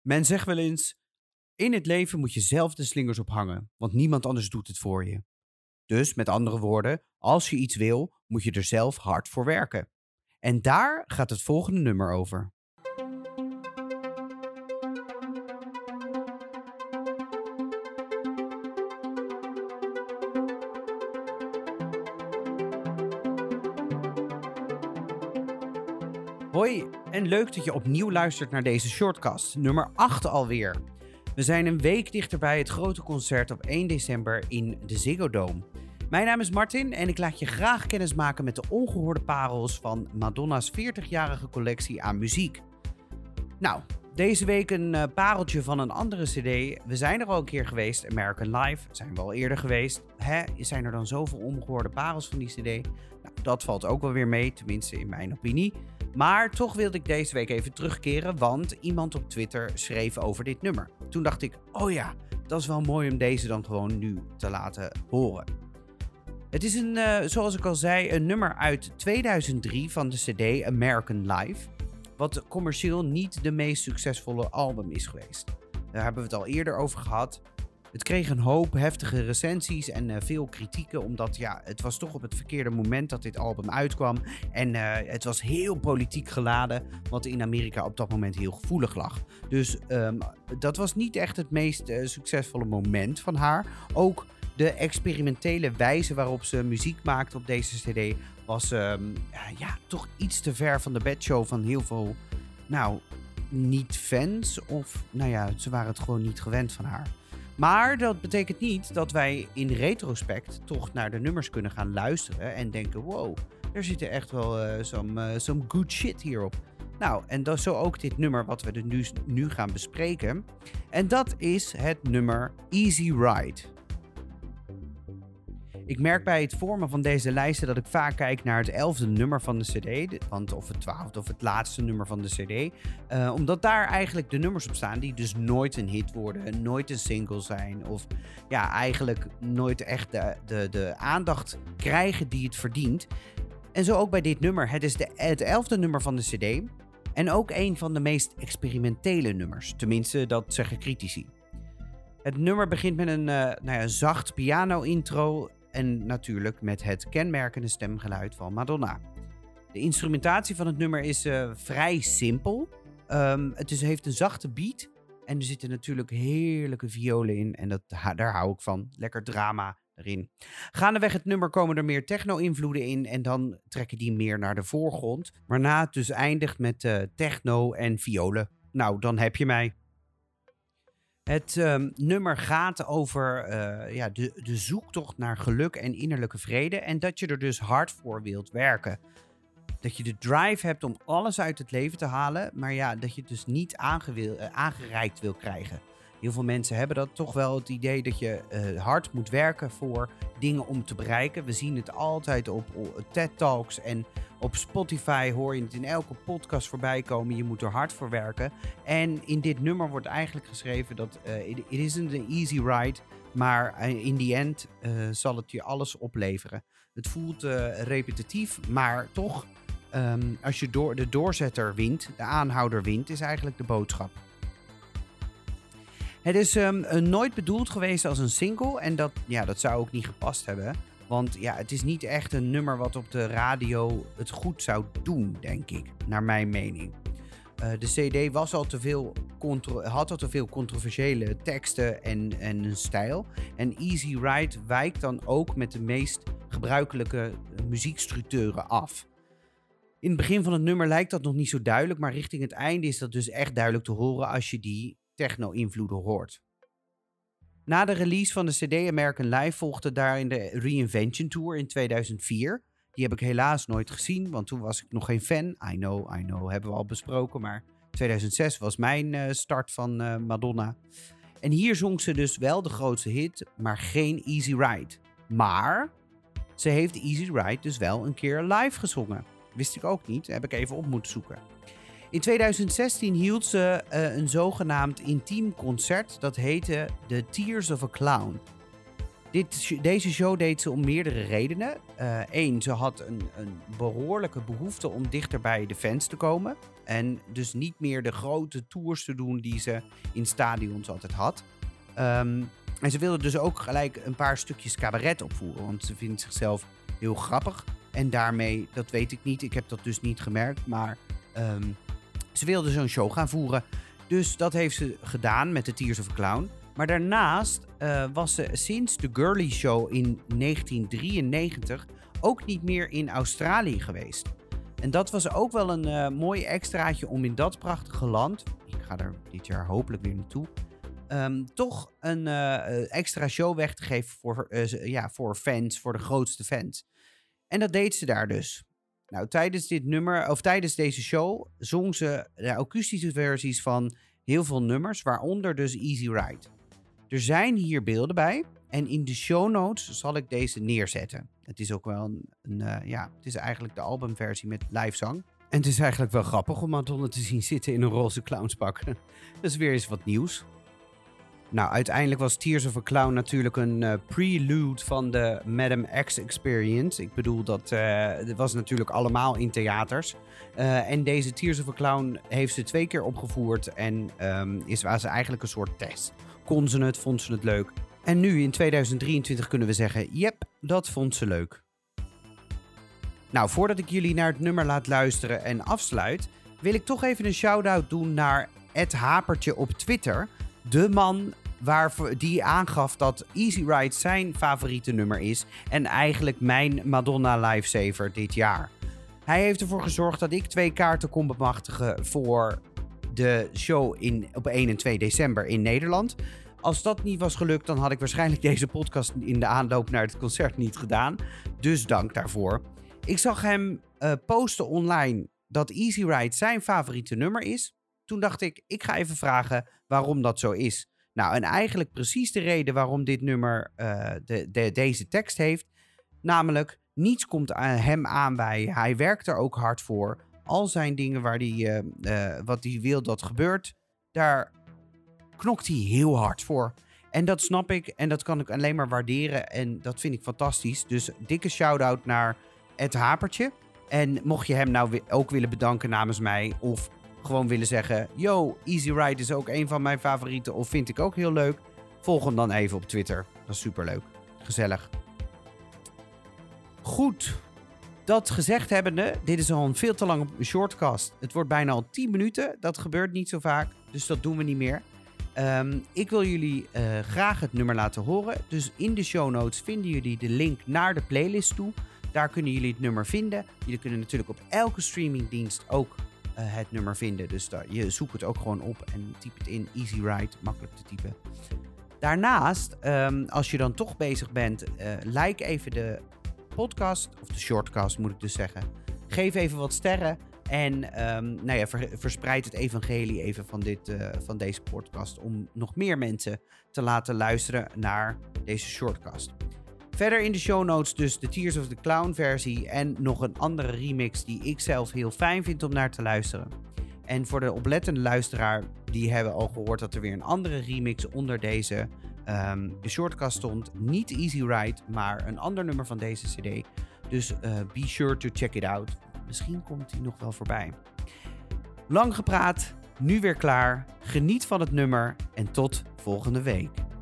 Men zegt wel eens, in het leven moet je zelf de slingers ophangen, want niemand anders doet het voor je. Dus met andere woorden, als je iets wil, moet je er zelf hard voor werken. En daar gaat het volgende nummer over. Hoi en leuk dat je opnieuw luistert naar deze shortcast, nummer 8 alweer. We zijn een week dichter bij het grote concert op 1 december in de Ziggo Dome. Mijn naam is Martin en ik laat je graag kennis maken met de ongehoorde parels van Madonna's 40-jarige collectie aan muziek. Nou, deze week een pareltje van een andere cd. We zijn er al een keer geweest, American Live, zijn we al eerder geweest. Zijn er dan zoveel ongehoorde parels van die cd? Nou, dat valt ook wel weer mee, tenminste in mijn opinie. Maar toch wilde ik deze week even terugkeren, want iemand op Twitter schreef over dit nummer. Toen dacht ik, oh ja, dat is wel mooi om deze dan gewoon nu te laten horen. Het is zoals ik al zei, een nummer uit 2003 van de cd American Live. Wat commercieel niet de meest succesvolle album is geweest. Daar hebben we het al eerder over gehad. Het kreeg een hoop heftige recensies en veel kritieken, omdat het was toch op het verkeerde moment dat dit album uitkwam. En het was heel politiek geladen, wat in Amerika op dat moment heel gevoelig lag. Dus dat was niet echt het meest succesvolle moment van haar. Ook de experimentele wijze waarop ze muziek maakte op deze cd was toch iets te ver van de bedshow van heel veel, niet fans. Of ze waren het gewoon niet gewend van haar. Maar dat betekent niet dat wij in retrospect toch naar de nummers kunnen gaan luisteren en denken, wow, er zit echt wel some good shit hierop. Nou, en dat is zo ook dit nummer wat we er nu gaan bespreken. En dat is het nummer Easy Ride. Ik merk bij het vormen van deze lijsten dat ik vaak kijk naar het 11e nummer van de cd. Of het 12e of het laatste nummer van de cd. Omdat daar eigenlijk de nummers op staan die dus nooit een hit worden. Nooit een single zijn. Of eigenlijk nooit echt de aandacht krijgen die het verdient. En zo ook bij dit nummer. Het is het 11e nummer van de cd. En ook een van de meest experimentele nummers. Tenminste, dat zeggen critici. Het nummer begint met een zacht piano-intro. En natuurlijk met het kenmerkende stemgeluid van Madonna. De instrumentatie van het nummer is vrij simpel. Het heeft een zachte beat. En er zitten natuurlijk heerlijke violen in. En daar hou ik van. Lekker drama erin. Gaandeweg het nummer komen er meer techno-invloeden in. En dan trekken die meer naar de voorgrond. Waarna het dus eindigt met techno en violen. Nou, dan heb je mij. Het nummer gaat over de zoektocht naar geluk en innerlijke vrede. En dat je er dus hard voor wilt werken. Dat je de drive hebt om alles uit het leven te halen. Maar dat je het dus niet aangereikt wil krijgen. Heel veel mensen hebben dat toch wel het idee dat je hard moet werken voor dingen om te bereiken. We zien het altijd op TED Talks en op Spotify hoor je het in elke podcast voorbij komen. Je moet er hard voor werken. En in dit nummer wordt eigenlijk geschreven dat it isn't an easy ride, maar in the end zal het je alles opleveren. Het voelt repetitief, maar toch, als je de doorzetter wint, de aanhouder wint, is eigenlijk de boodschap. Het is nooit bedoeld geweest als een single en dat zou ook niet gepast hebben. Want het is niet echt een nummer wat op de radio het goed zou doen, denk ik, naar mijn mening. De cd had al te veel controversiële teksten en een stijl. En Easy Ride wijkt dan ook met de meest gebruikelijke muziekstructuren af. In het begin van het nummer lijkt dat nog niet zo duidelijk, maar richting het einde is dat dus echt duidelijk te horen als je die techno-invloeden hoort. Na de release van de cd American Live volgde daarin de Reinvention Tour in 2004. Die heb ik helaas nooit gezien, want toen was ik nog geen fan. I know, hebben we al besproken, maar 2006 was mijn start van Madonna. En hier zong ze dus wel de grootste hit, maar geen Easy Ride. Maar ze heeft Easy Ride dus wel een keer live gezongen. Wist ik ook niet, heb ik even op moeten zoeken. In 2016 hield ze een zogenaamd intiem concert. Dat heette The Tears of a Clown. Deze show deed ze om meerdere redenen. Eén, ze had een behoorlijke behoefte om dichter bij de fans te komen. En dus niet meer de grote tours te doen die ze in stadions altijd had. En ze wilde dus ook gelijk een paar stukjes cabaret opvoeren. Want ze vindt zichzelf heel grappig. En daarmee, dat weet ik niet, ik heb dat dus niet gemerkt. Maar ze wilde zo'n show gaan voeren. Dus dat heeft ze gedaan met The Tears of a Clown. Maar daarnaast was ze sinds The Girly Show in 1993 ook niet meer in Australië geweest. En dat was ook wel een mooi extraatje om in dat prachtige land, ik ga er dit jaar hopelijk weer naartoe, toch een extra show weg te geven voor fans, voor de grootste fans. En dat deed ze daar dus. Nou, tijdens deze show zong ze de akoestische versies van heel veel nummers, waaronder dus Easy Ride. Er zijn hier beelden bij en in de show notes zal ik deze neerzetten. Het is ook wel het is eigenlijk de albumversie met livezang. En het is eigenlijk wel grappig om Madonna te zien zitten in een roze clownspak. Dat is weer eens wat nieuws. Nou, uiteindelijk was Tears of a Clown natuurlijk een prelude van de Madame X Experience. Ik bedoel, dat was natuurlijk allemaal in theaters. En deze Tears of a Clown heeft ze 2 keer opgevoerd en was eigenlijk een soort test. Kon ze het, vond ze het leuk. En nu in 2023 kunnen we zeggen, yep, dat vond ze leuk. Nou, voordat ik jullie naar het nummer laat luisteren en afsluit, wil ik toch even een shout-out doen naar @Hapertje op Twitter. De man die aangaf dat Easy Ride zijn favoriete nummer is en eigenlijk mijn Madonna Lifesaver dit jaar. Hij heeft ervoor gezorgd dat ik 2 kaarten kon bemachtigen voor de show op 1 en 2 december in Nederland. Als dat niet was gelukt, dan had ik waarschijnlijk deze podcast in de aanloop naar het concert niet gedaan. Dus dank daarvoor. Ik zag hem posten online dat Easy Ride zijn favoriete nummer is. Toen dacht ik ga even vragen waarom dat zo is. Nou, en eigenlijk precies de reden waarom dit nummer deze tekst heeft. Namelijk, niets komt hem aanwaaien. Hij werkt er ook hard voor. Al zijn dingen wat hij wil dat gebeurt, daar knokt hij heel hard voor. En dat snap ik en dat kan ik alleen maar waarderen. En dat vind ik fantastisch. Dus dikke shout-out naar @Hapertje. En mocht je hem nou ook willen bedanken namens mij, of gewoon willen zeggen, yo, Easy Ride is ook een van mijn favorieten, of vind ik ook heel leuk, volg hem dan even op Twitter. Dat is superleuk. Gezellig. Goed. Dat gezegd hebbende, dit is al een veel te lange shortcast. Het wordt bijna al 10 minuten. Dat gebeurt niet zo vaak, dus dat doen we niet meer. Ik wil jullie graag het nummer laten horen. Dus in de show notes vinden jullie de link naar de playlist toe. Daar kunnen jullie het nummer vinden. Jullie kunnen natuurlijk op elke streamingdienst ook het nummer vinden. Dus je zoekt het ook gewoon op en typ het in. Easy Ride, makkelijk te typen. Daarnaast, als je dan toch bezig bent, like even de podcast, of de shortcast moet ik dus zeggen. Geef even wat sterren en verspreid het evangelie even van deze podcast om nog meer mensen te laten luisteren naar deze shortcast. Verder in de show notes dus de Tears of the Clown versie en nog een andere remix die ik zelf heel fijn vind om naar te luisteren. En voor de oplettende luisteraar, die hebben al gehoord dat er weer een andere remix onder deze de shortcast stond. Niet Easy Ride, maar een ander nummer van deze cd. Dus be sure to check it out. Misschien komt hij nog wel voorbij. Lang gepraat, nu weer klaar. Geniet van het nummer en tot volgende week.